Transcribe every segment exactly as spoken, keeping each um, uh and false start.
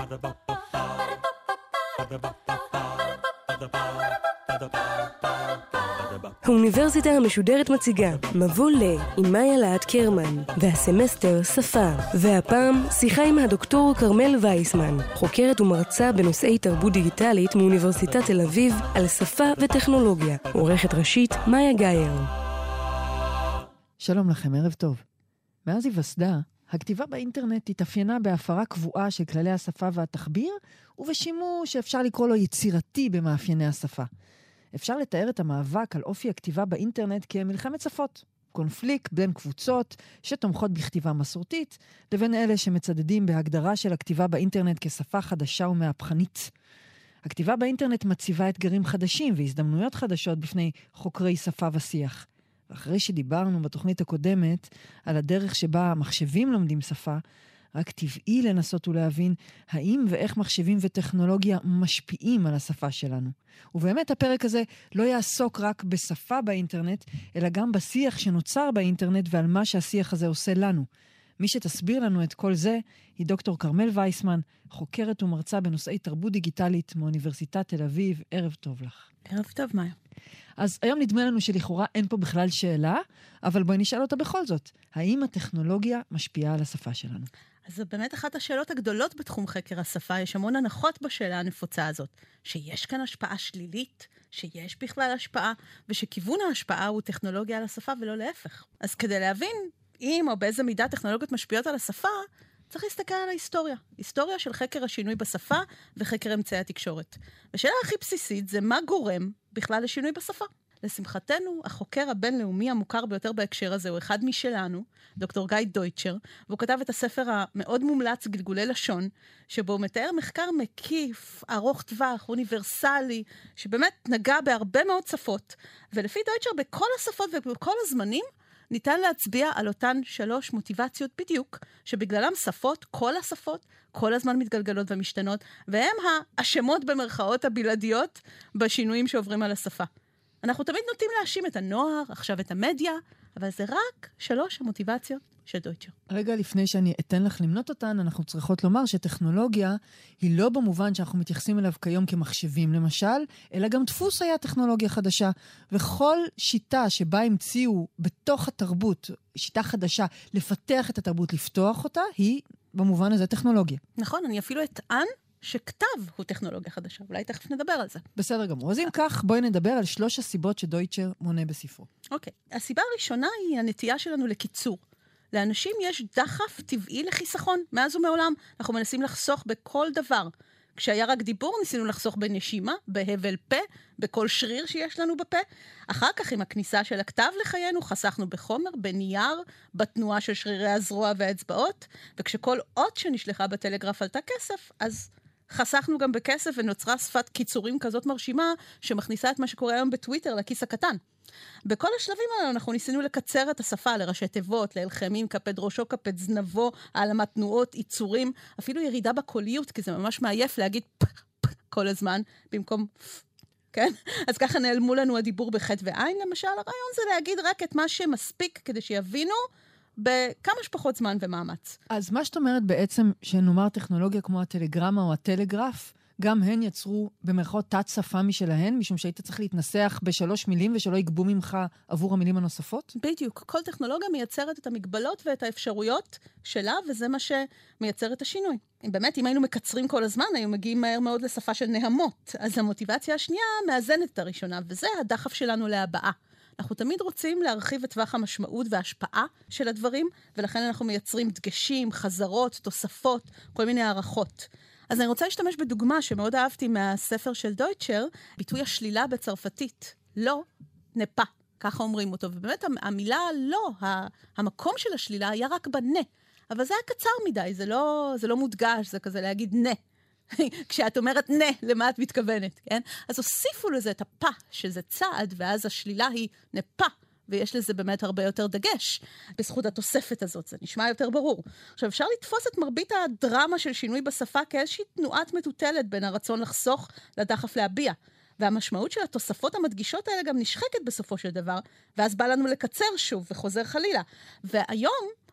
האוניברסיטה המשודרת מציגה מבוא ל עם מאיה להט קרמן והסמסטר שפה, והפעם שיחה עם הדוקטור קרמל וייסמן, חוקרת ומרצה בנושאי תרבות דיגיטלית מאוניברסיטת תל אביב על שפה וטכנולוגיה. עורכת ראשית מאיה גייר. שלום לכם, ערב טוב. מאז היווסדה, הכתיבה באינטרנט התאפיינה בהפרה קבועה של כללי השפה והתחביר, ובשימוש שאפשר לקרוא לו יצירתי במאפייני השפה. אפשר לתאר את המאבק על אופי הכתיבה באינטרנט כמלחמת שפות. קונפליקט בין קבוצות שתומכות בכתיבה מסורתית, לבין אלה שמצדדים בהגדרה של הכתיבה באינטרנט כשפה חדשה ומהפכנית. הכתיבה באינטרנט מציבה אתגרים חדשים והזדמנויות חדשות בפני חוקרי שפה ושיח. ואחרי שדיברנו בתוכנית הקודמת על הדרך שבה המחשבים לומדים שפה, רק טבעי לנסות ולהבין האם ואיך מחשבים וטכנולוגיה משפיעים על השפה שלנו. ובאמת הפרק הזה לא יעסוק רק בשפה באינטרנט, אלא גם בשיח שנוצר באינטרנט ועל מה שהשיח הזה עושה לנו. מי שתסביר לנו את כל זה היא דוקטור קרמל וייסמן, חוקרת ומרצה בנושאי תרבות דיגיטלית מאוניברסיטת תל אביב. ערב טוב לך. ערב טוב, מאיה. אז היום נדמה לנו שלכאורה אין פה בכלל שאלה, אבל בואי נשאל אותה בכל זאת. האם הטכנולוגיה משפיעה על השפה שלנו? אז זו באמת אחת השאלות הגדולות בתחום חקר השפה. יש המון הנחות בשאלה הנפוצה הזאת. שיש כאן השפעה שלילית, שיש בכלל השפעה, ושכיוון ההשפעה הוא טכנולוגיה על השפה ולא להפך. אז כדי להבין אם או באיזה מידה טכנולוגיות משפיעות על השפה, צריך להסתכל על ההיסטוריה. היסטוריה של חקר השינוי בשפה וחקר אמצעי התקשורת. והשאלה הכי בסיסית זה מה גורם בכלל לשינוי בשפה. לשמחתנו, החוקר הבינלאומי המוכר ביותר בהקשר הזה הוא אחד משלנו, דוקטור גיא דויטשר, והוא כתב את הספר המאוד מומלץ גלגולי לשון, שבו הוא מתאר מחקר מקיף, ארוך טווח, אוניברסלי, שבאמת נגע בהרבה מאוד שפות, ולפי דויטשר בכל השפות ובכל הזמנים, ניתן להצביע על אותן שלוש מוטיבציות בדיוק, שבגללם שפות, כל השפות, כל הזמן מתגלגלות ומשתנות, והם האשמות במרכאות הבלעדיות בשינויים שעוברים על השפה. אנחנו תמיד נוטים להאשים את הנוער, עכשיו את המדיה, אבל זה רק שלוש המוטיבציות של דויטשר. רגע לפני שאני אתן לך למנות אותן, אנחנו צריכות לומר שטכנולוגיה היא לא במובן שאנחנו מתייחסים אליו כיום כמחשבים למשל, אלא גם דפוס היה טכנולוגיה חדשה. וכל שיטה שבה המציאו בתוך התרבות, שיטה חדשה, לפתח את התרבות, לפתוח אותה, היא במובן הזה טכנולוגיה. נכון, אני אפילו אטען שכתב הוא טכנולוגיה חדשה. אולי תכף נדבר על זה. בסדר גמור. אז אם כך, בואי נדבר על שלוש הסיבות שדויטשר מונה בספרו. אוקיי. הסיבה הראשונה היא הנטייה שלנו לקיצור. לאנשים יש דחף טבעי לחיסכון. מאז ומעולם אנחנו מנסים לחסוך בכל דבר. כשהיה רק דיבור, ניסינו לחסוך בנשימה, בהבל פה, בכל שריר שיש לנו בפה. אחר כך, עם הכניסה של הכתב לחיינו, חסכנו בחומר, בנייר, בתנועה של שרירי הזרוע והאצבעות, וכשכל אות שנשלחה בטלגרף עלתה כסף, אז חסכנו גם בכסף ונוצרה שפת קיצורים כזאת מרשימה, שמכניסה את מה שקורה היום בטוויטר לכיס הקטן. בכל השלבים האלה אנחנו ניסינו לקצר את השפה לראשי תיבות, להלחמים, כפד ראשו, כפד זנבו, העלמת תנועות, עיצורים, אפילו ירידה בקוליות, כי זה ממש מעייף להגיד פ, פ, כל הזמן, במקום פ, כן? אז ככה נעלמו לנו הדיבור בחטא ועין, למשל. הרעיון זה להגיד רק את מה שמספיק כדי שיבינו בכמה שפחות זמן ומאמץ. אז מה שאת אומרת בעצם, שנאמר טכנולוגיה כמו הטלגרמה או הטלגרף, גם הן יצרו במרכאות תת שפה משלהן, משום שהיית צריך להתנסח בשלוש מילים ושלא יגבו ממך עבור המילים הנוספות? בדיוק. כל טכנולוגיה מייצרת את המגבלות ואת האפשרויות שלה, וזה מה שמייצר את השינוי. אם באמת, אם היינו מקצרים כל הזמן, היינו מגיעים מהר מאוד לשפה של נהמות. אז המוטיבציה השנייה מאזנת את הראשונה, וזה הדחף שלנו להבאה. אנחנו תמיד רוצים להרחיב את טווח המשמעות וההשפעה של הדברים, ולכן אנחנו מייצרים דגשים, חזרות, תוספות, כל מיני הערכות. אז אני רוצה להשתמש בדוגמה שמאוד אהבתי מהספר של דויטשר, ביטוי השלילה בצרפתית. לא, נפה, ככה אומרים אותו. ובאמת המילה לא, המקום של השלילה היה רק בנה. אבל זה היה קצר מדי, זה לא, זה לא מודגש, זה כזה להגיד נה. כשאת אומרת נה, למה את מתכוונת, כן? אז הוסיפו לזה את הפה, שזה צעד, ואז השלילה היא נפה. ויש לזה באמת הרבה יותר דגש בזכות התוספת הזאת, זה נשמע יותר ברור. עכשיו, אפשר לתפוס את מרבית הדרמה של שינוי בשפה כאיזושהי תנועת מטוטלת בין הרצון לחסוך לדחף להביע. והמשמעות של התוספות המדגישות האלה גם נשחקת בסופו של דבר, ואז בא לנו לקצר שוב וחוזר חלילה. והיום,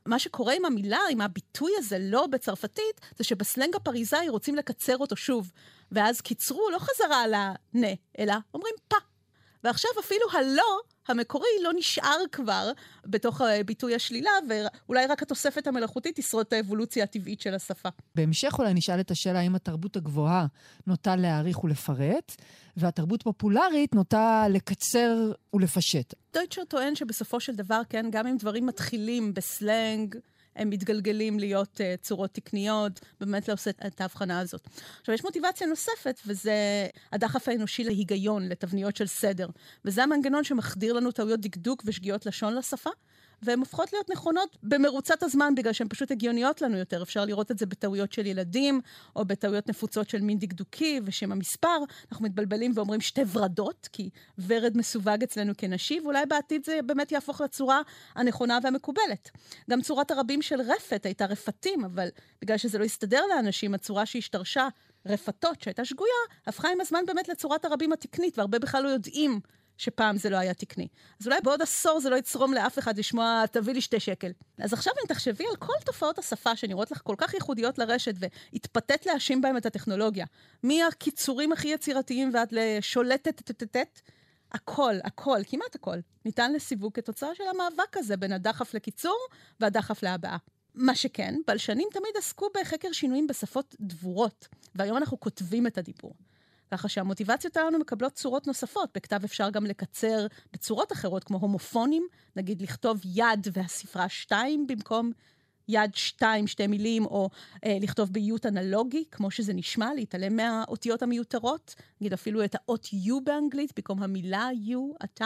מה שקורה עם המילה, עם הביטוי הזה לא בצרפתית, זה שבסלנג הפריזאי רוצים לקצר אותו שוב. ואז קיצרו לא חזרה על הנה, אלא אומרים פה. ועכשיו אפילו הלא המקורי לא נשאר כבר בתוך ביטוי השלילה, ואולי רק התוספת המלאכותית תשרוד את האבולוציה הטבעית של השפה. בהמשך אולי נשאל את השאלה האם התרבות הגבוהה נוטה להעריך ולפרט, והתרבות פופולרית נוטה לקצר ולפשט. דויטשר טוען שבסופו של דבר, כן, גם אם דברים מתחילים בסלנג, הם מתגלגלים להיות uh, צורות תקניות, באמת לא עושה את ההבחנה הזאת. עכשיו, יש מוטיבציה נוספת, וזה הדחף האנושי להיגיון, לתבניות של סדר. וזה המנגנון שמחדיר לנו טעויות דקדוק ושגיאות לשון לשפה, והן הופכות להיות נכונות במרוצת הזמן, בגלל שהן פשוט הגיוניות לנו יותר. אפשר לראות את זה בטעויות של ילדים, או בטעויות נפוצות של מין דקדוקי, ושם המספר. אנחנו מתבלבלים ואומרים שתי ורדות, כי ורד מסווג אצלנו כנשי, ואולי בעתיד זה באמת יהפוך לצורה הנכונה והמקובלת. גם צורת הרבים של רפת הייתה רפתים, אבל בגלל שזה לא הסתדר לאנשים, הצורה שהשתרשה רפתות, שהייתה שגויה, הפכה עם הזמן באמת לצורת הרבים התקנית, והרבה בכלל לא יודעים שפעם זה לא היה תקני. אז אולי בעוד עשור זה לא יצרום לאף אחד לשמוע, תביא לי שתי שקל. אז עכשיו אם תחשבי על כל תופעות השפה שנראות לך כל כך ייחודיות לרשת, והתפתת להאשים בהם את הטכנולוגיה, מהקיצורים הכי יצירתיים ועד לשולטת, הכל, הכל, כמעט הכל, ניתן לסיווג כתוצאה של המאבק הזה בין הדחף לקיצור והדחף להבאה. מה שכן, בלשנים תמיד עסקו בחקר שינויים בשפות דבורות, והיום אנחנו כותבים את הדיבור. ככה שהמוטיבציות שלנו מקבלות צורות נוספות. בכתב אפשר גם לקצר בצורות אחרות, כמו הומופונים, נגיד לכתוב יד והספרה שתיים במקום יד שתיים, שתי מילים, או אה, לכתוב ביות אנלוגי, כמו שזה נשמע, להתעלם מהאותיות המיותרות, נגיד אפילו את האות U באנגלית, במקום המילה U, אתה.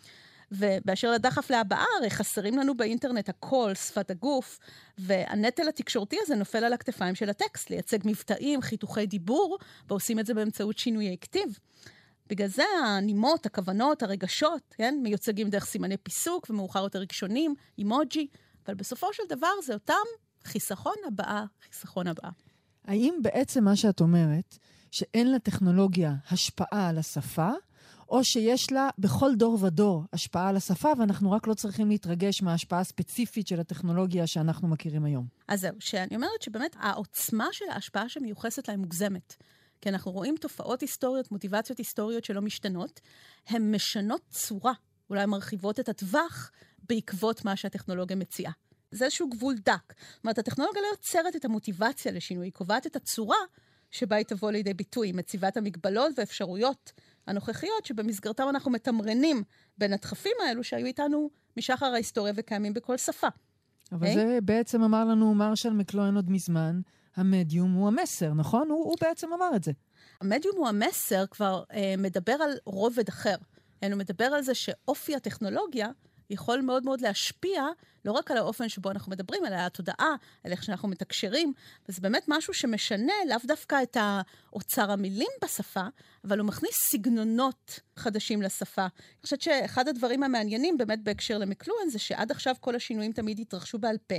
ובאשר לדחף להבאה, הרי חסרים לנו באינטרנט הכל, שפת הגוף, והנטל התקשורתי הזה נופל על הכתפיים של הטקסט, לייצג מבטאים, חיתוכי דיבור, ועושים את זה באמצעות שינויי כתיב. בגלל זה הנימות, הכוונות, הרגשות, כן, מיוצגים דרך סימני פיסוק, ומאוחר יותר רגשונים, אימוג'י, אבל בסופו של דבר זה אותם חיסכון הבאה, חיסכון הבאה. האם בעצם מה שאת אומרת, שאין לטכנולוגיה השפעה על השפה, או שיש לה בכל דור ודור השפעה על השפה, ואנחנו רק לא צריכים להתרגש מההשפעה הספציפית של הטכנולוגיה שאנחנו מכירים היום? אז זהו, שאני אומרת שבאמת העוצמה של ההשפעה שמיוחסת לה היא מוגזמת. כי אנחנו רואים תופעות היסטוריות, מוטיבציות היסטוריות שלא משתנות, הן משנות צורה, אולי מרחיבות את הטווח בעקבות מה שהטכנולוגיה מציעה. זה איזשהו גבול דק. זאת אומרת, הטכנולוגיה לא יוצרת את המוטיבציה לשינוי, היא קובעת את הצורה שבה היא תבוא לידי ביטוי, מציבת המגבלות ואפשרויות הנוכחיות, שבמסגרתם אנחנו מתמרנים בין הדחפים האלו שהיו איתנו משחר ההיסטוריה וקיימים בכל שפה. אבל okay? זה בעצם אמר לנו מרשל מקלוהן עוד מזמן, המדיום הוא המסר, נכון? הוא, הוא בעצם אמר את זה. המדיום הוא המסר כבר אה, מדבר על רובד אחר. הוא מדבר על זה שאופי הטכנולוגיה יכול מאוד מאוד להשפיע, לא רק על האופן שבו אנחנו מדברים, אלא על התודעה, על איך שאנחנו מתקשרים, וזה באמת משהו שמשנה, לאו דווקא את האוצר המילים בשפה, אבל הוא מכניס סגנונות חדשים לשפה. אני חושבת שאחד הדברים המעניינים, באמת בהקשר למקלוהן, זה שעד עכשיו כל השינויים תמיד התרחשו בעל פה,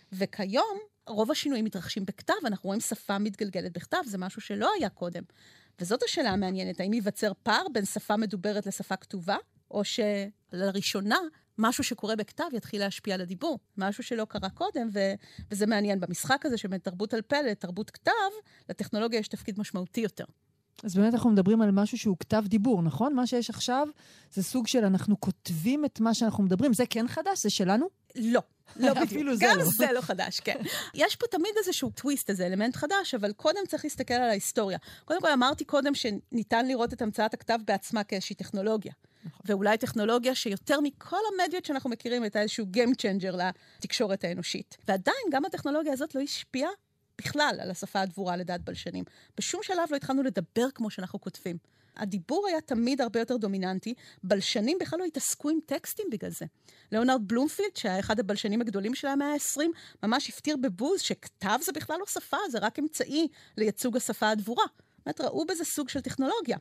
וכיום רוב השינויים מתרחשים בכתב, אנחנו רואים שפה מתגלגלת בכתב, זה משהו שלא היה קודם. וזאת השאלה המעניינת, האם ייווצר פער בין שפה מדוברת לשפה כתובה, או שלראשונה משהו שקורה בכתב יתחיל להשפיע על הדיבור, משהו שלא קרה קודם, ו- וזה מעניין במשחק הזה שבין תרבות על פה לתרבות כתב, לטכנולוגיה יש תפקיד משמעותי יותר. אז באמת אנחנו מדברים על משהו שהוא כתב דיבור, נכון? מה שיש עכשיו זה סוג של אנחנו כותבים את מה שאנחנו מדברים, זה כן חדש? זה שלנו? לא. לא בדיוק. זה גם לא. זה לא חדש, כן. יש פה תמיד איזשהו טוויסט, איזה אלמנט חדש, אבל קודם צריך להסתכל על ההיסטוריה. קודם כל אמרתי קודם שניתן לראות את המצאת הכתב בעצמה כאיזושהי טכנולוגיה. נכון. ואולי טכנולוגיה שיותר מכל המדיות שאנחנו מכירים, הייתה איזשהו game changer לתקשורת האנושית. ועדיין גם הטכנולוגיה הזאת לא השפיעה בכלל על השפה הדבורה לדעת בלשנים. בשום שלב לא התחלנו לדבר כמו שאנחנו כותבים. הדיבור היה תמיד הרבה יותר דומיננטי, בלשנים בכלל לא התעסקו עם טקסטים בגלל זה. ליאונרד בלומפילד, שהיה אחד הבלשנים הגדולים של המאה ה-עשרים, ממש הפתיר בבוז שכתב זה בכלל לא שפה, זה רק אמצעי לייצוג השפה הדבורה. באמת ראו בזה סוג של טכנולוגיה.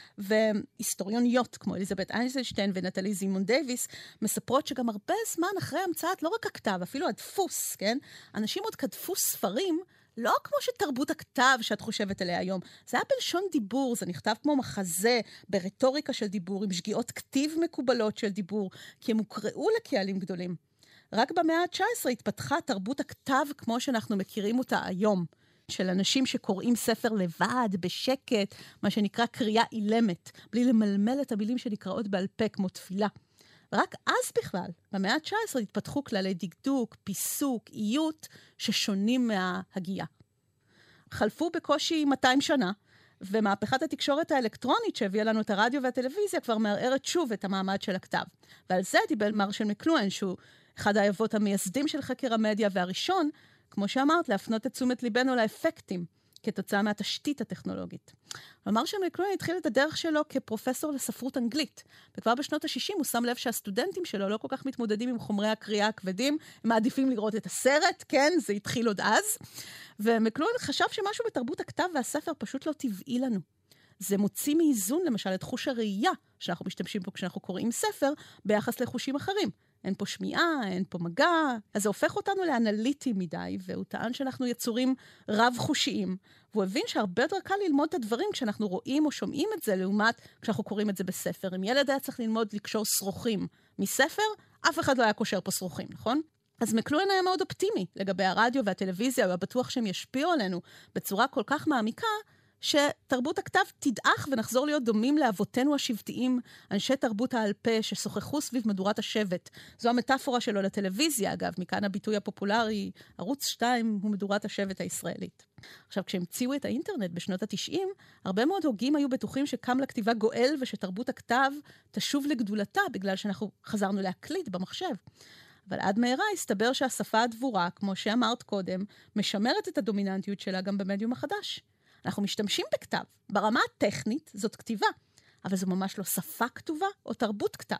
והיסטוריוניות כמו אליזבת איינשטיין ונטלי זימון דייביס, מספרות שגם הרבה זמן אחרי המצאת, לא רק הכתב, אפילו הדפוס, כן? אנשים עוד כתבו ספרים, לא כמו שתרבות הכתב שאת חושבת עליה היום. זה היה בלשון דיבור, זה נכתב כמו מחזה, ברטוריקה של דיבור, עם שגיאות כתיב מקובלות של דיבור, כי הם הוקראו לקהלים גדולים. רק במאה ה-תשע עשרה התפתחה תרבות הכתב כמו שאנחנו מכירים אותה היום, של אנשים שקוראים ספר לבד, בשקט, מה שנקרא קריאה אילמת, בלי למלמל את המילים שנקראות בעל פה כמו תפילה. רק אז בכלל, במאה ה-תשע עשרה התפתחו כללי דקדוק, פיסוק, איות, ששונים מההגייה. חלפו בקושי מאתיים שנה, ומהפכת התקשורת האלקטרונית שהביאה לנו את הרדיו והטלוויזיה כבר מערערת שוב את המעמד של הכתב. ועל זה דיבר מרשל מקלואין, שהוא אחד האבות המייסדים של חקר המדיה והראשון, כמו שאמרת, להפנות את תשומת ליבנו לאפקטים, כתוצאה מהתשתית הטכנולוגית. מרשל מקלואין התחיל את הדרך שלו כפרופסור לספרות אנגלית, וכבר בשנות ה-שישים הוא שם לב שהסטודנטים שלו לא כל כך מתמודדים עם חומרי הקריאה הכבדים, הם מעדיפים לראות את הסרט, כן, זה התחיל עוד אז, ומקלואין חשב שמשהו בתרבות הכתב והספר פשוט לא טבעי לנו. זה מוציא מאיזון למשל את חוש הראייה שאנחנו משתמשים פה כשאנחנו קוראים ספר, ביחס לחושים אחרים. אין פה שמיעה, אין פה מגע, אז זה הופך אותנו לאנליטיים מדי, והוא טען שאנחנו יצורים רב-חושיים, והוא הבין שהרבה יותר קל ללמוד את הדברים כשאנחנו רואים או שומעים את זה, לעומת כשאנחנו קוראים את זה בספר. אם ילד היה צריך ללמוד לקשור שרוכים מספר, אף אחד לא היה קושר פה שרוכים, נכון? אז מקלואין היה מאוד אופטימי לגבי הרדיו והטלוויזיה, הוא היה בטוח שהם ישפיעו עלינו בצורה כל כך מעמיקה, שתרבות הכתב תדעך ונחזור להיות דומים לאבותינו השבטיים, אנשי תרבות העל פה ששוחחו סביב מדורת השבט. זו המטאפורה שלו לטלוויזיה, אגב, מכאן הביטוי הפופולרי, ערוץ שתיים הוא מדורת השבט הישראלית. עכשיו, כשהמציאו את האינטרנט בשנות ה-תשעים, הרבה מאוד הוגים היו בטוחים שקם לכתיבה גואל ושתרבות הכתב תשוב לגדולתה, בגלל שאנחנו חזרנו להקליט במחשב. אבל עד מהרה הסתבר שהשפה הדבורה, כמו שאמרת קודם, משמרת את הדומיננטיות שלה גם במדיום החדש. אנחנו משתמשים בכתב. ברמה הטכנית זאת כתיבה, אבל זו ממש לא שפה כתובה או תרבות כתב.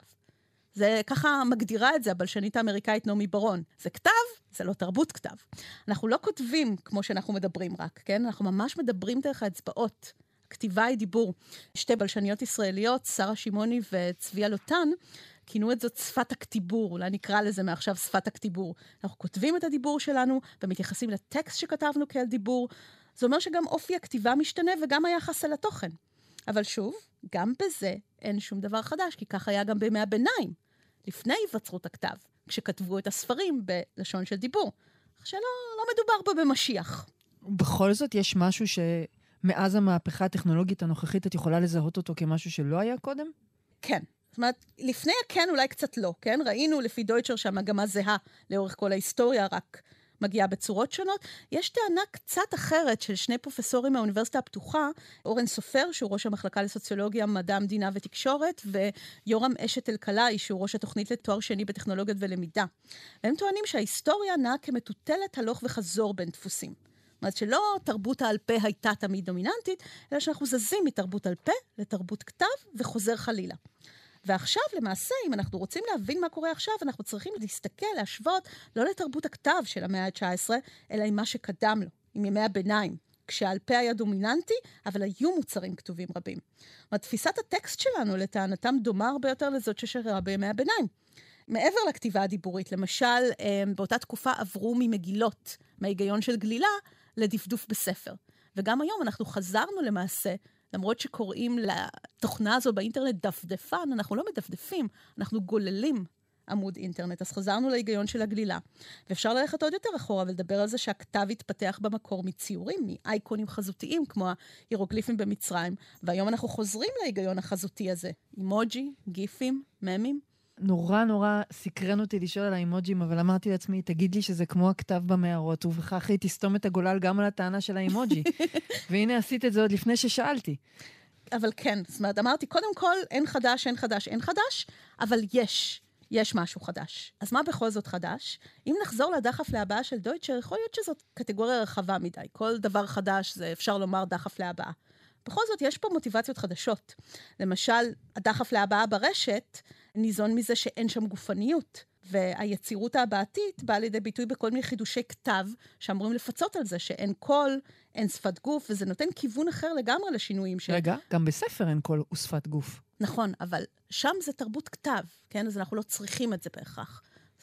זה ככה מגדירה את זה הבלשנית האמריקאית נעמי ברון. זה כתב, זה לא תרבות כתב. אנחנו לא כותבים כמו שאנחנו מדברים רק, כן? אנחנו ממש מדברים דרך האצבעות. כתיבה היא דיבור. שתי בלשניות ישראליות, שרה שימוני וצביה לוטן, כינו את זאת שפת הכתיבור, אולי נקרא לזה מעכשיו שפת הכתיבור. אנחנו כותבים את הדיבור שלנו ומתייחסים לטקסט שכתבנו כאל דיבור. זה אומר שגם אופי הכתיבה משתנה וגם היחס אל התוכן. אבל שוב, גם בזה אין שום דבר חדש, כי כך היה גם בימי הביניים, לפני היווצרות הכתב, כשכתבו את הספרים בלשון של דיבור. שלא לא מדובר בו במשיח. בכל זאת יש משהו שמאז המהפכה הטכנולוגית הנוכחית את יכולה לזהות אותו כמשהו שלא היה קודם? כן. זאת אומרת, לפני הכן אולי קצת לא, כן? ראינו לפי דויטשר שהמגמה זהה לאורך כל ההיסטוריה, רק מגיעה בצורות שונות. יש טענה קצת אחרת של שני פרופסורים מהאוניברסיטה הפתוחה, אורן סופר, שהוא ראש המחלקה לסוציולוגיה, מדע המדינה ותקשורת, ויורם אשת אלקלעי, שהוא ראש התוכנית לתואר שני בטכנולוגיות ולמידה. והם טוענים שההיסטוריה נעה כמטוטלת הלוך וחזור בין דפוסים. זאת אומרת שלא תרבות העל פה הייתה תמיד דומיננטית, אלא שאנחנו זזים מתרבות על פה לתרבות כתב וחוזר חלילה. ועכשיו, למעשה, אם אנחנו רוצים להבין מה קורה עכשיו, אנחנו צריכים להסתכל, להשוות, לא לתרבות הכתב של המאה ה-תשע עשרה, אלא עם מה שקדם לו, עם ימי הביניים, כשהעל פה היה דומיננטי, אבל היו מוצרים כתובים רבים. תפיסת הטקסט שלנו, לטענתם, דומה הרבה יותר לזאת ששררה בימי הביניים. מעבר לכתיבה הדיבורית, למשל, באותה תקופה עברו ממגילות, מההיגיון של גלילה, לדפדוף בספר. וגם היום אנחנו חזרנו למעשה, למרות שקוראים לתוכנה הזו באינטרנט דפדפן, אנחנו לא מדפדפים, אנחנו גוללים עמוד אינטרנט. אז חזרנו להיגיון של הגלילה. ואפשר ללכת עוד יותר אחורה ולדבר על זה שהכתב התפתח במקור מציורים, מאייקונים חזותיים, כמו ההירוגליפים במצרים. והיום אנחנו חוזרים להיגיון החזותי הזה. אימוג'י, גיפים, ממים. נורא נורא סקרן אותי לשאול על האימוג'ים, אבל אמרתי לעצמי, תגיד לי שזה כמו הכתב במערות, ובכך היא תסתום את הגולל גם על הטענה של האימוג'י. והנה עשית את זה עוד לפני ששאלתי. אבל כן, זאת אומרת, אמרתי, קודם כל, אין חדש, אין חדש, אין חדש, אבל יש, יש משהו חדש. אז מה בכל זאת חדש? אם נחזור לדחף להבאה של דויטשר, יכול להיות שזאת קטגוריה רחבה מדי. כל דבר חדש זה אפשר לומר דחף להבאה. בכל זאת, יש פה מוטיבציות חדשות. למשל, הדחף להבאה ברשת ניזון מזה שאין שם גופניות, והיצירות ההבאתית באה לידי ביטוי בכל מיני חידושי כתב, שאמורים לפצות על זה, שאין קול, אין שפת גוף, וזה נותן כיוון אחר לגמרי לשינויים של... רגע, גם בספר אין קול ושפת גוף. נכון, אבל שם זה תרבות כתב, כן? אז אנחנו לא צריכים את זה בהכרח.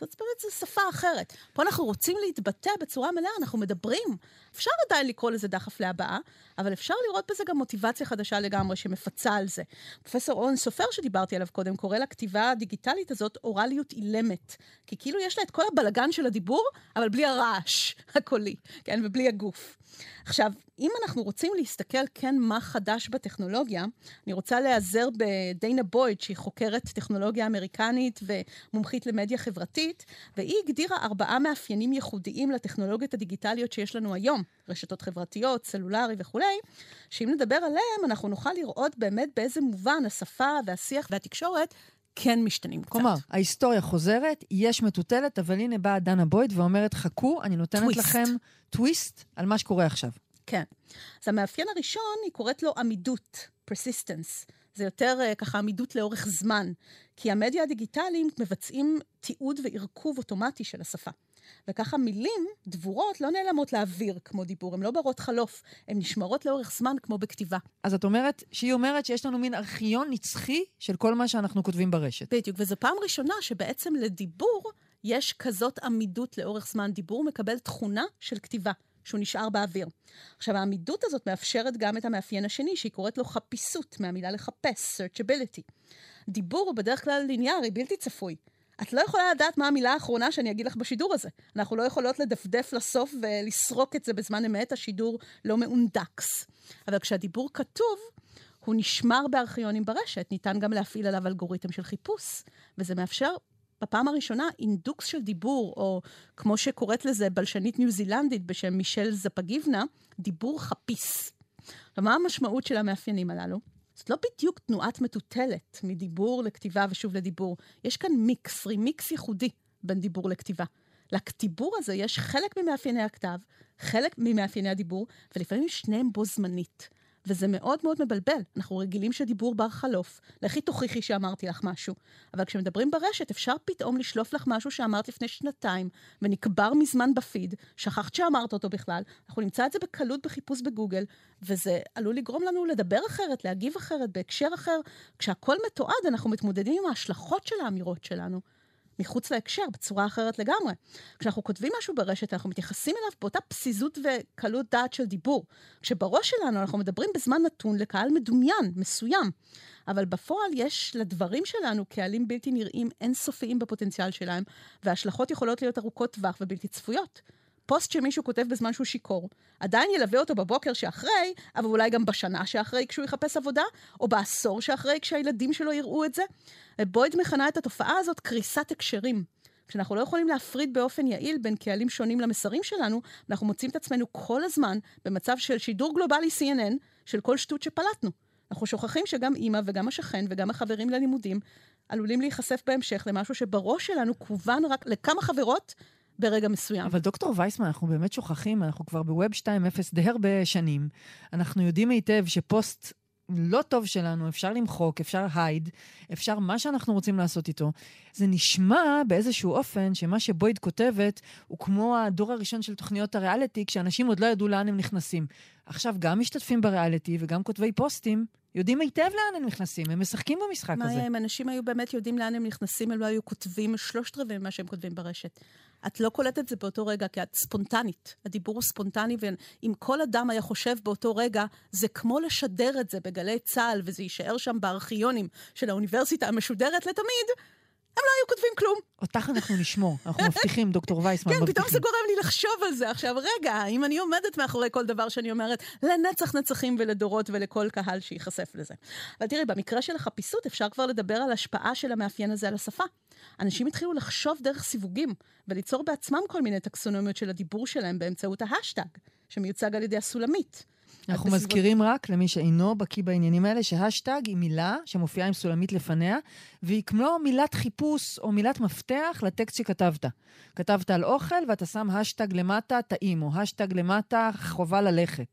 זאת אומרת, זו שפה אחרת. פה אנחנו רוצים להתבטא בצורה מלאה, אנחנו מדברים. אפשר עדיין לקרוא לזה דחף להבעה, אבל אפשר לראות בזה גם מוטיבציה חדשה לגמרי שמפצה על זה. פרופסור אורן סופר שדיברתי עליו קודם, קורא לכתיבה הדיגיטלית הזאת אורליות אילמת. כי כאילו יש לה את כל הבלגן של הדיבור, אבל בלי הרעש הקולי, כן? ובלי הגוף. עכשיו, אם אנחנו רוצים להסתכל כן מה חדש בטכנולוגיה, אני רוצה להיעזר בדיינה בויד, שהיא חוקרת טכנולוגיה אמריקנית ומומחית למדיה חברתית, והיא הגדירה ארבעה מאפיינים ייחודיים לטכנולוגיות הדיגיטליות שיש לנו היום, רשתות חברתיות, סלולרי וכולי, שאם נדבר עליהם, אנחנו נוכל לראות באמת באיזה מובן השפה והשיח והתקשורת כן משתנים קצת. כלומר, ההיסטוריה חוזרת, יש מטוטלת, אבל הנה באה דנה בויד ואומרת, חכו, אני נותנת טוויסט. לכם טוויסט על מה שקורה עכשיו. כן. אז המאפיין הראשון, היא קוראת לו עמידות, persistence. זה יותר uh, ככה עמידות לאורך זמן, כי המדיה הדיגיטליים מבצעים תיעוד וערכוב אוטומטי של השפה. וככה מילים, דבורות, לא נעלמות לאוויר כמו דיבור, הן לא ברות חלוף, הן נשמרות לאורך זמן כמו בכתיבה. אז את אומרת, שהיא אומרת שיש לנו מין ארכיון נצחי של כל מה שאנחנו כותבים ברשת. בדיוק, וזו פעם ראשונה שבעצם לדיבור יש כזאת עמידות לאורך זמן. דיבור מקבל תכונה של כתיבה, שהוא נשאר באוויר. עכשיו, העמידות הזאת מאפשרת גם את המאפיין השני, שהיא קוראת לו חפיסות, מהמילה לחפש, searchability. דיבור הוא בדרך כלל ליניארי, בלתי צפוי. את לא יכולה לדעת מה המילה האחרונה שאני אגיד לך בשידור הזה. אנחנו לא יכולות לדפדף לסוף ולסרוק את זה בזמן אמת, השידור לא מאונדקס. אבל כשהדיבור כתוב, הוא נשמר בארכיונים ברשת, ניתן גם להפעיל עליו אלגוריתם של חיפוש, וזה מאפשר בפעם הראשונה אינדוקס של דיבור, או כמו שקוראת לזה בלשנית ניו זילנדית בשם מישל זפגיבנה, דיבור חפיס. ומה המשמעות של המאפיינים הללו? זאת לא בדיוק תנועת מטוטלת מדיבור לכתיבה ושוב לדיבור. יש כאן מיקס, רימיקס ייחודי בין דיבור לכתיבה. לכתיבור הזה יש חלק ממאפייני הכתב, חלק ממאפייני הדיבור, ולפעמים שניהם בו זמנית. וזה מאוד מאוד מבלבל. אנחנו רגילים שדיבור בר חלוף. לכי תוכיחי שאמרתי לך משהו. אבל כשמדברים ברשת, אפשר פתאום לשלוף לך משהו שאמרת לפני שנתיים, ונקבר מזמן בפיד, שכחת שאמרת אותו בכלל. אנחנו נמצא את זה בקלות בחיפוש בגוגל, וזה עלול לגרום לנו לדבר אחרת, להגיב אחרת, בהקשר אחר. כשהכל מתועד, אנחנו מתמודדים עם ההשלכות של האמירות שלנו. מחוץ להקשר, בצורה אחרת לגמרי. כשאנחנו כותבים משהו ברשת, אנחנו מתייחסים אליו באותה פסיזות וקלות דעת של דיבור. כשבראש שלנו אנחנו מדברים בזמן נתון לקהל מדומיין, מסוים. אבל בפועל יש לדברים שלנו קהלים בלתי נראים אינסופיים בפוטנציאל שלהם, וההשלכות יכולות להיות ארוכות טווח ובלתי צפויות. פוסט שמישהו כותב בזמן שהוא שיקור, עדיין ילווה אותו בבוקר שאחרי, אבל אולי גם בשנה שאחרי כשהוא יחפש עבודה, או בעשור שאחרי כשהילדים שלו יראו את זה. בויד מכנה את התופעה הזאת קריסת הקשרים. כשאנחנו לא יכולים להפריד באופן יעיל בין קהלים שונים למסרים שלנו, אנחנו מוצאים את עצמנו כל הזמן במצב של שידור גלובלי סי אן אן של כל שטות שפלטנו. אנחנו שוכחים שגם אמא וגם השכן וגם החברים ללימודים עלולים להיחשף בהמשך למשהו שבראש שלנו כוון רק לכמה חברות ברגע מסוים. אבל דוקטור וייסמן, אנחנו באמת שוכחים, אנחנו כבר בווב שתיים נקודה אפס די הרבה שנים, אנחנו יודעים היטב שפוסט לא טוב שלנו, אפשר למחוק, אפשר הייד, אפשר מה שאנחנו רוצים לעשות איתו. זה נשמע באיזשהו אופן שמה שבויד כותבת הוא כמו הדור הראשון של תוכניות הריאליטי, כשאנשים עוד לא ידעו לאן הם נכנסים. עכשיו גם משתתפים בריאליטי וגם כותבי פוסטים, יודעים היטב לאן הם נכנסים, הם משחקים במשחק הזה. מה אם אנשים היו באמת יודעים לאן הם נכנסים, הם לא היו כותבים שלושת רבעי ממה שהם כותבים ברשת. את לא קולטת את זה באותו רגע, כי את ספונטנית. הדיבור הוא ספונטני, ואם כל אדם היה חושב באותו רגע, זה כמו לשדר את זה בגלי צהל, וזה יישאר שם בארכיונים של האוניברסיטה המשודרת לתמיד, הם לא היו כותבים כלום. אותך אנחנו נשמור, אנחנו מבטיחים, דוקטור וייסמן, כן, פתאום זה גורם לי לחשוב על זה. עכשיו, רגע, אם אני עומדת מאחורי כל דבר שאני אומרת, לנצח נצחים ולדורות ולכל קהל שיחשף לזה. אבל תראי, במקרה של החפיסות אפשר כבר לדבר על השפעה של המאפיין הזה על השפה. אנשים התחילו לחשוב דרך סיווגים, וליצור בעצמם כל מיני טקסונומיות של הדיבור שלהם באמצעות ההשטג, שמיוצג על ידי הסולמית. אנחנו מזכירים רק למי שאינו בקיא בעניינים האלה, שההשטג היא מילה שמופיעה עם סולמית לפניה, והיא כמו מילת חיפוש או מילת מפתח לטקסט שכתבת. כתבת על אוכל ואתה שם השטג למטה טעים, או השטג למטה חובה ללכת.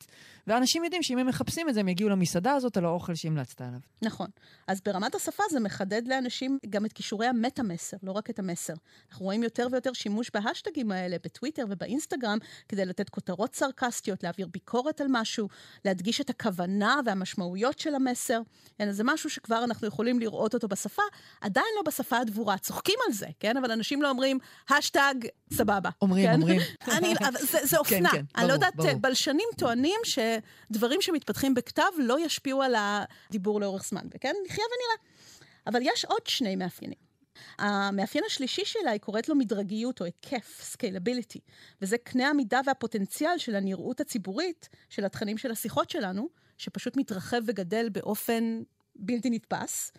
ואנשים יודעים שאם הם מחפשים את זה, הם יגיעו למסעדה הזאת על האוכל שהמלצת עליו. נכון. אז ברמת השפה זה מחדד לאנשים גם את כישורי המטה-מסר, לא רק את המסר. אנחנו רואים יותר ויותר שימוש בהשטגים האלה, בטוויטר ובאינסטגרם, כדי לתת כותרות סרקסטיות, להעביר ביקורת על משהו, להדגיש את הכוונה והמשמעויות של המסר. כן, זה משהו שכבר אנחנו יכולים לראות אותו בשפה, עדיין לא בשפה הדבורה. צוחקים על זה, כן? אבל אנשים לא אומרים, השטג, סבבה. אומרים, כן? אומרים. אני, זה, זה אופנה. כן, כן, אני ברור, לא יודעת, ברור. בלשנים טוענים שדברים שמתפתחים בכתב לא ישפיעו על הדיבור לאורך זמן, וכן? נחיה ונראה. אבל יש עוד שני מאפיינים. המאפיין השלישי שלה, היא קוראת לו מדרגיות או היקף, scalability, וזה קנה המידה והפוטנציאל של הנראות הציבורית של התכנים של השיחות שלנו, שפשוט מתרחב וגדל באופן בלתי נתפס,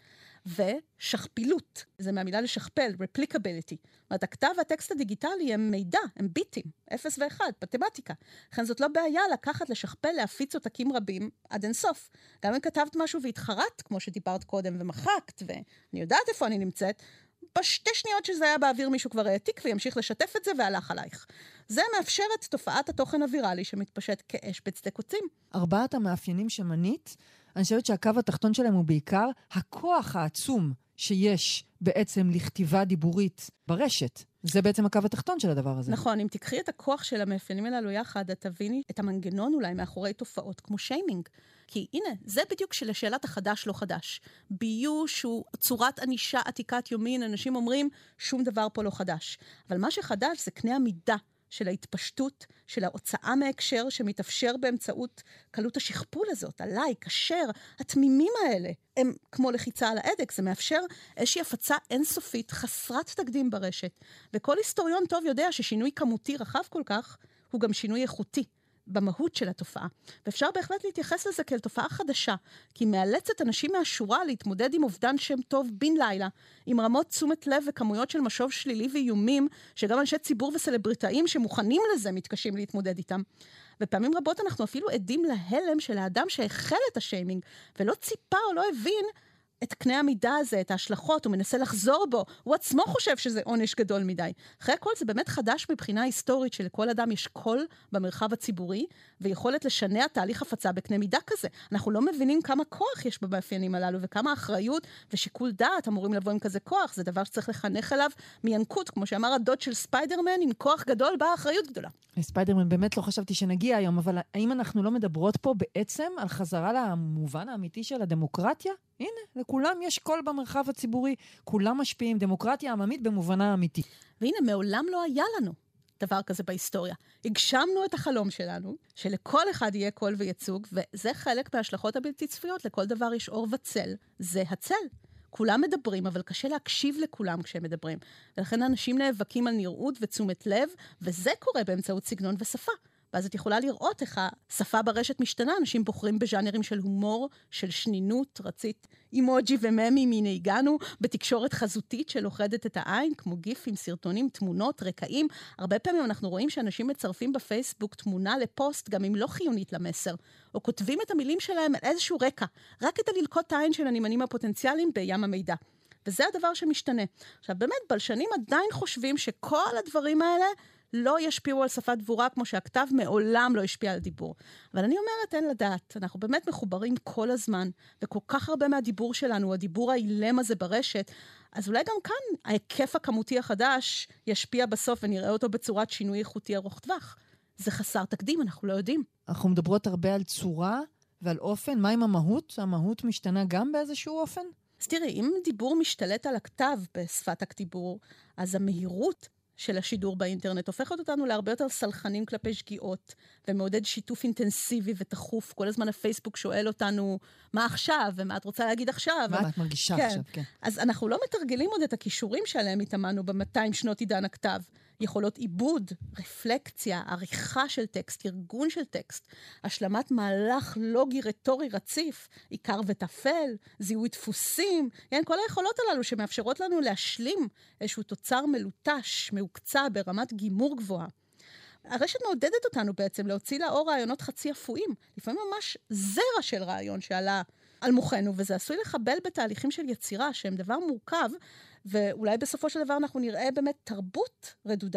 ושכפילות, זה מהמילה לשכפל, replicability. זאת אומרת, הכתב והטקסט הדיגיטלי הם מידע, הם ביטים, אפס ואחד, מתמטיקה. לכן זאת לא בעיה לקחת, לשכפל, להפיץ עותקים רבים עד אינסוף. גם אם כתבת משהו והתחרט, כמו שדיברת קודם, ומחקת, ואני יודעת איפה אני נמצאת, בשתי שניות שזה היה באוויר מישהו כבר העתיק וימשיך לשתף את זה והלך עלייך. זה מאפשר את תופעת התוכן הוויראלי שמתפשט כאש בצדי קוצים. ארבעת המאפיינים שמנית, אני חושבת שהקו התחתון שלהם הוא בעיקר הכוח העצום שיש בעצם לכתיבה דיבורית ברשת. זה בעצם הקו התחתון של הדבר הזה. נכון, אם תקחי את הכוח של המאפיינים הללו יחד, את תביני את המנגנון אולי מאחורי תופעות כמו שיימינג. כי הנה, זה בדיוק שלשאלת החדש לא חדש. ביוש הוא צורת ענישה עתיקת יומין, אנשים אומרים שום דבר פה לא חדש. אבל מה שחדש זה קנה המידה של ההתפשטות, של ההוצאה מהקשר שמתאפשר באמצעות קלות השכפול הזאת, הלייק, השאר, התמימים האלה, הם כמו לחיצה על ההדק, זה מאפשר איזושהי הפצה אינסופית, חסרת תקדים ברשת, וכל היסטוריון טוב יודע ששינוי כמותי רחב כל כך, הוא גם שינוי איכותי. במהות של התופעה. ואפשר בהחלט להתייחס לזה כאל תופעה חדשה, כי היא מאלצת אנשים מהשורה להתמודד עם אובדן שם טוב בן לילה, עם רמות תשומת לב וכמויות של משוב שלילי ואיומים, שגם אנשי ציבור וסלבריטאים שמוכנים לזה מתקשים להתמודד איתם. ופעמים רבות אנחנו אפילו עדים להלם של האדם שהחל את השיימינג, ולא ציפה או לא הבין את קנה המידה הזה, את ההשלכות, הוא מנסה לחזור בו, הוא עצמו חושב שזה עונש גדול מדי. אחרי הכל זה באמת חדש מבחינה היסטורית, שלכל אדם יש קול במרחב הציבורי, ויכולת לשנע תהליך הפצה בקנה מידה כזה. אנחנו לא מבינים כמה כוח יש במאפיינים הללו, וכמה אחריות ושיקול דעת אמורים לבוא עם כזה כוח. זה דבר שצריך לחנך אליו מינקות, כמו שאמר הדוד של ספיידרמן, עם כוח גדול באה אחריות גדולה. ספיידרמן באמת לא חשבתי שנגיע היום, אבל האם אנחנו לא מדברות פה בעצם על חזרה למובן האמיתי של הדמוקרטיה? הנה, לכולם יש קול במרחב הציבורי, כולם משפיעים, דמוקרטיה עממית במובנה האמיתי. והנה, מעולם לא היה לנו דבר כזה בהיסטוריה. הגשמנו את החלום שלנו, שלכל אחד יהיה קול וייצוג, וזה חלק מההשלכות הבלתי צפויות, לכל דבר יש אור וצל, זה הצל. כולם מדברים, אבל קשה להקשיב לכולם כשהם מדברים. ולכן האנשים נאבקים על נראות ותשומת לב, וזה קורה באמצעות סגנון ושפה. ואז את יכולה לראות איך השפה ברשת משתנה, אנשים בוחרים בז'אנרים של הומור, של שנינות, רצית אימוג'י וממי, הנה הגענו, בתקשורת חזותית שלוחדת את העין, כמו גיפים, סרטונים, תמונות, רקעים. הרבה פעמים אנחנו רואים שאנשים מצרפים בפייסבוק תמונה לפוסט, גם אם לא חיונית למסר, או כותבים את המילים שלהם על איזשהו רקע, רק כדי ללקוט העין של הנמנים הפוטנציאליים בים המידע. וזה הדבר שמשתנה. עכשיו, באמת, בלשנים עדיין חושבים שכל הדברים האלה לא ישפיעו על שפת דבורה, כמו שהכתב מעולם לא השפיע על דיבור. אבל אני אומרת, אין לדעת. אנחנו באמת מחוברים כל הזמן, וכל כך הרבה מהדיבור שלנו, הדיבור האילם הזה ברשת, אז אולי גם כאן ההיקף הכמותי החדש ישפיע בסוף, ונראה אותו בצורת שינוי איכותי ארוך טווח. זה חסר תקדים, אנחנו לא יודעים. אנחנו מדברות הרבה על צורה ועל אופן. מה עם המהות? המהות משתנה גם באיזשהו אופן? אז תראי, אם דיבור משתלט על הכתב בשפת הכתיבור, אז המהירות של השידור באינטרנט הופכת אותנו להרבה יותר סלחנים כלפי שגיאות, ומעודד שיתוף אינטנסיבי ותחוף. כל הזמן הפייסבוק שואל אותנו, מה עכשיו, ומה את רוצה להגיד עכשיו? מה את מרגישה כן. עכשיו, כן. אז אנחנו לא מתרגלים עוד את הכישורים שעליהם התאמנו ב-מאתיים שנות עידן הכתב. יכולות עיבוד, רפלקציה, עריכה של טקסט, ארגון של טקסט, השלמת מהלך לוגי רטורי רציף, עיקר וטפל, זיהוי דפוסים, כן, כל היכולות הללו שמאפשרות לנו להשלים איזשהו תוצר מלוטש, מעוקצה ברמת גימור גבוהה. הרשת מעודדת אותנו בעצם להוציא לאור רעיונות חצי אפויים, לפעמים ממש זרע של רעיון שעלה על מוחנו, וזה עשוי לחבל בתהליכים של יצירה שהם דבר מורכב, ואולי בסופו של דבר אנחנו נראה באמת תרבות רדודה,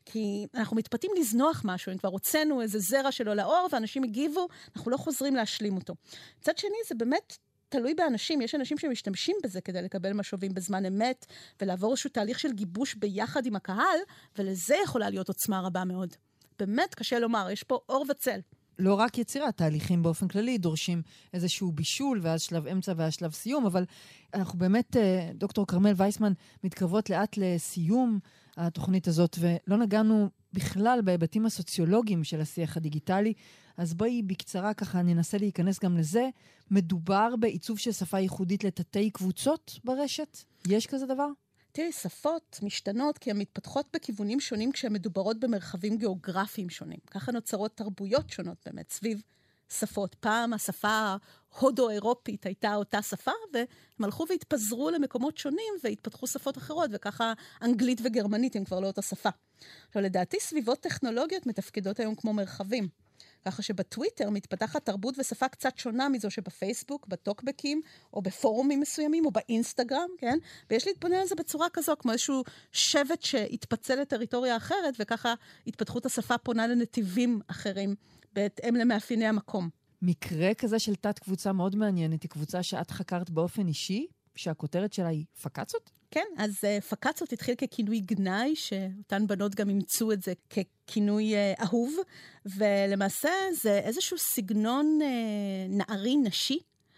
כי אנחנו מתפתים לזנוח משהו, אם כבר הוצאנו איזה זרע שלו לאור, ואנשים הגיבו, אנחנו לא חוזרים להשלים אותו. מצד שני, זה באמת תלוי באנשים, יש אנשים שמשתמשים בזה כדי לקבל משובים בזמן אמת, ולעבור איזשהו תהליך של גיבוש ביחד עם הקהל, ולזה יכולה להיות עוצמה רבה מאוד. באמת קשה לומר, יש פה אור וצל. לא רק יצירה, תהליכים באופן כללי דורשים איזשהו בישול, ואז שלב אמצע ואז שלב סיום, אבל אנחנו באמת, דוקטור כרמל וייסמן, מתקרבות לאט לסיום התוכנית הזאת, ולא נגענו בכלל בהיבטים הסוציולוגיים של השיח הדיגיטלי, אז בואי בקצרה ככה ננסה להיכנס גם לזה. מדובר בעיצוב של שפה ייחודית לתתי קבוצות ברשת? יש כזה דבר? תראי, שפות משתנות כי הן מתפתחות בכיוונים שונים כשהן מדוברות במרחבים גיאוגרפיים שונים. ככה נוצרות תרבויות שונות באמת סביב שפות. פעם השפה ההודו-אירופית הייתה אותה שפה, והם הלכו והתפזרו למקומות שונים והתפתחו שפות אחרות, וככה אנגלית וגרמנית הם כבר לא אותה שפה. עכשיו, לדעתי סביבות טכנולוגיות מתפקדות היום כמו מרחבים. ככה שבטוויטר מתפתחת תרבות ושפה קצת שונה מזו שבפייסבוק, בטוקבקים, או בפורומים מסוימים, או באינסטגרם, כן? ויש להתבונן על זה בצורה כזו, כמו איזשהו שבט שהתפצל לטריטוריה אחרת, וככה התפתחות השפה פונה לנתיבים אחרים, בהתאם למאפייני המקום. מקרה כזה של תת קבוצה מאוד מעניינת, היא קבוצה שאת חקרת באופן אישי, שהכותרת שלה היא פקצות? כן, אז uh, פקצות התחיל ככינוי גנאי, שאותן בנות גם אימצו את זה ככינוי uh, אהוב, ולמעשה זה איזשהו סגנון uh, נערי נשי,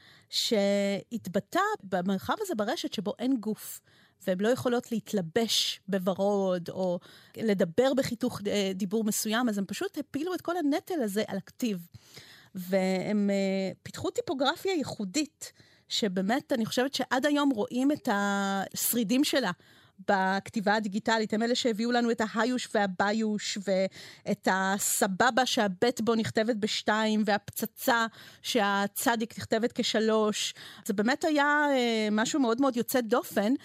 שהתבטא במרחב הזה ברשת שבו אין גוף, והן לא יכולות להתלבש בוורוד, או לדבר בחיתוך uh, דיבור מסוים, אז הם פשוט הפילו את כל הנטל הזה על הכתיב. והם uh, פיתחו טיפוגרפיה ייחודית, שבאמת אני חושבת שעד היום רואים את השרידים שלה בכתיבה הדיגיטלית. הם אלה שהביאו לנו את ההיוש והביוש, ואת הסבבה שהבית בו נכתבת בשתיים, והפצצה שהצדיק נכתבת כשלוש. זה באמת היה משהו מאוד מאוד יוצא דופן,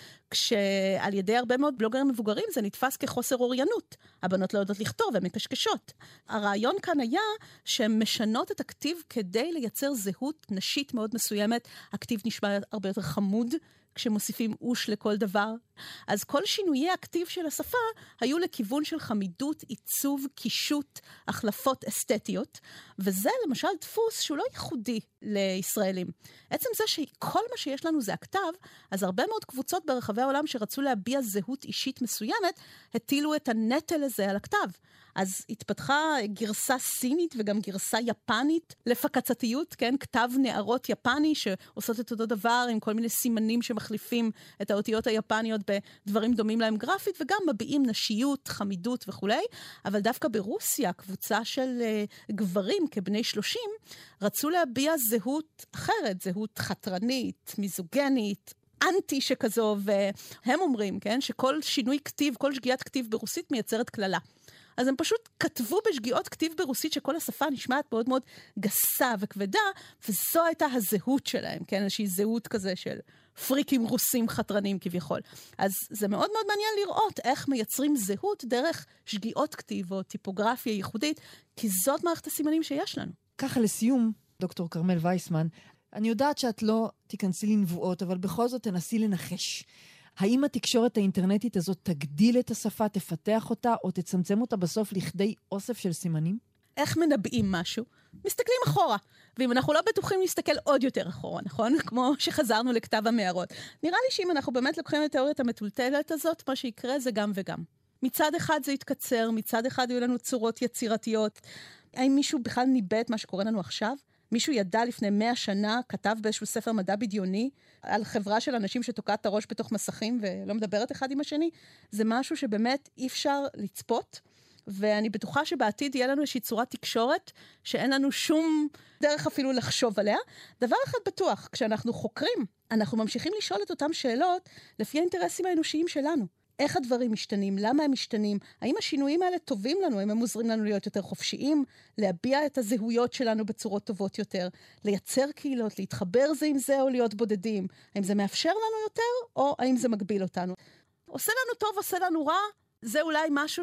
כשעל ידי הרבה מאוד בלוגרים מבוגרים זה נתפס כחוסר אוריינות. הבנות לא יודעות לכתוב, הן מקשקשות. הרעיון כאן היה שהן משנות את הכתיב כדי לייצר זהות נשית מאוד מסוימת. הכתיב נשמע הרבה יותר חמוד, כשמוסיפים אוש לכל דבר. אז כל שינויי הכתיב של השפה היו לכיוון של חמידות, עיצוב, קישוט, החלפות אסתטיות, וזה למשל דפוס שהוא לא ייחודי לישראלים. עצם זה שכל מה שיש לנו זה הכתב, אז הרבה מאוד קבוצות ברחבי העולם שרצו להביע זהות אישית מסוימת, הטילו את הנטל הזה על הכתב. אז התפתחה גרסה סינית וגם גרסה יפנית לפקצתיות, כן? כתב נערות יפני שעושות את אותו דבר עם כל מיני סימנים שמחליפים את האותיות היפניות בדברים דומים להם גרפית, וגם מביעים נשיות, חמידות וכו'. אבל דווקא ברוסיה, קבוצה של uh, גברים כבני שלושים, רצו להביע זהות אחרת, זהות חתרנית, מיזוגנית, אנטי שכזו, והם אומרים, כן? שכל שינוי כתיב, כל שגיאת כתיב ברוסית מייצרת כללה. אז הם פשוט כתבו בשגיאות כתיב ברוסית שכל השפה נשמעת מאוד מאוד גסה וכבדה, וזו הייתה הזהות שלהם, כן? איזושהי זהות כזה של פריקים רוסים חתרנים כביכול. אז זה מאוד מאוד מעניין לראות איך מייצרים זהות דרך שגיאות כתיב או טיפוגרפיה ייחודית, כי זאת מערכת הסימנים שיש לנו. ככה לסיום, דוקטור כרמל וייסמן, אני יודעת שאת לא תיכנסי לנבואות, אבל בכל זאת תנסי לנחש. האם התקשורת האינטרנטית הזאת תגדיל את השפה, תפתח אותה, או תצמצם אותה בסוף לכדי אוסף של סימנים? איך מנבאים משהו? מסתכלים אחורה. ואם אנחנו לא בטוחים להסתכל עוד יותר אחורה, נכון? כמו שחזרנו לכתב המערות. נראה לי שאם אנחנו באמת לוקחים את התיאוריית המטולטלת הזאת, מה שיקרה זה גם וגם. מצד אחד זה יתקצר, מצד אחד יהיו לנו צורות יצירתיות. האם מישהו בכלל ניבא את מה שקורה לנו עכשיו? מישהו ידע לפני מאה שנה, כתב באיזשהו ספר מדע בדיוני, על חברה של אנשים שתוקעת את הראש בתוך מסכים ולא מדברת אחד עם השני. זה משהו שבאמת אי אפשר לצפות, ואני בטוחה שבעתיד יהיה לנו איזושהי צורת תקשורת, שאין לנו שום דרך אפילו לחשוב עליה. דבר אחד בטוח, כשאנחנו חוקרים, אנחנו ממשיכים לשאול את אותם שאלות, לפי האינטרסים האנושיים שלנו. איך הדברים משתנים? למה הם משתנים? האם השינויים האלה טובים לנו? האם הם עוזרים לנו להיות יותר חופשיים? להביע את הזהויות שלנו בצורות טובות יותר? לייצר קהילות? להתחבר זה עם זה או להיות בודדים? האם זה מאפשר לנו יותר או האם זה מגביל אותנו? עושה לנו טוב, עושה לנו רע? זה אולי משהו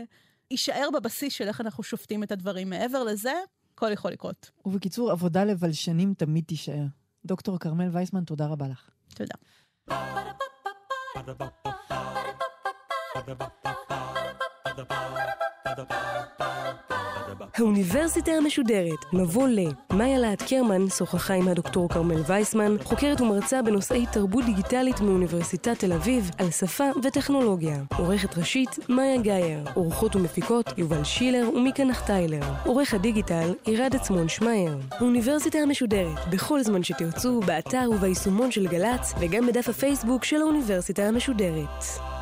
שישאר בבסיס של איך אנחנו שופטים את הדברים. מעבר לזה, הכל יכול לקרות. ובקיצור, עבודה לבלשנים תמיד תישאר. דוקטור כרמל וייסמן, תודה רבה לך. תודה. האוניברסיטה המשודרת, מבוא ל. מאיה להט קרמן שוחחה עם הדוקטור כרמל וייסמן, חוקרת ומרצה בנושאי תרבות דיגיטלית מאוניברסיטת תל אביב, על שפה וטכנולוגיה. עורכת ראשית, מאיה גייר. עורכות ומפיקות, יובל שילר ומיקה נחטיילר. עורך הדיגיטל, ירד עצמון שמייר. האוניברסיטה המשודרת, בכל זמן שתרצו, באתר וביישומון של גלץ, וגם בדף הפייסבוק של האוניברסיטה המשודרת.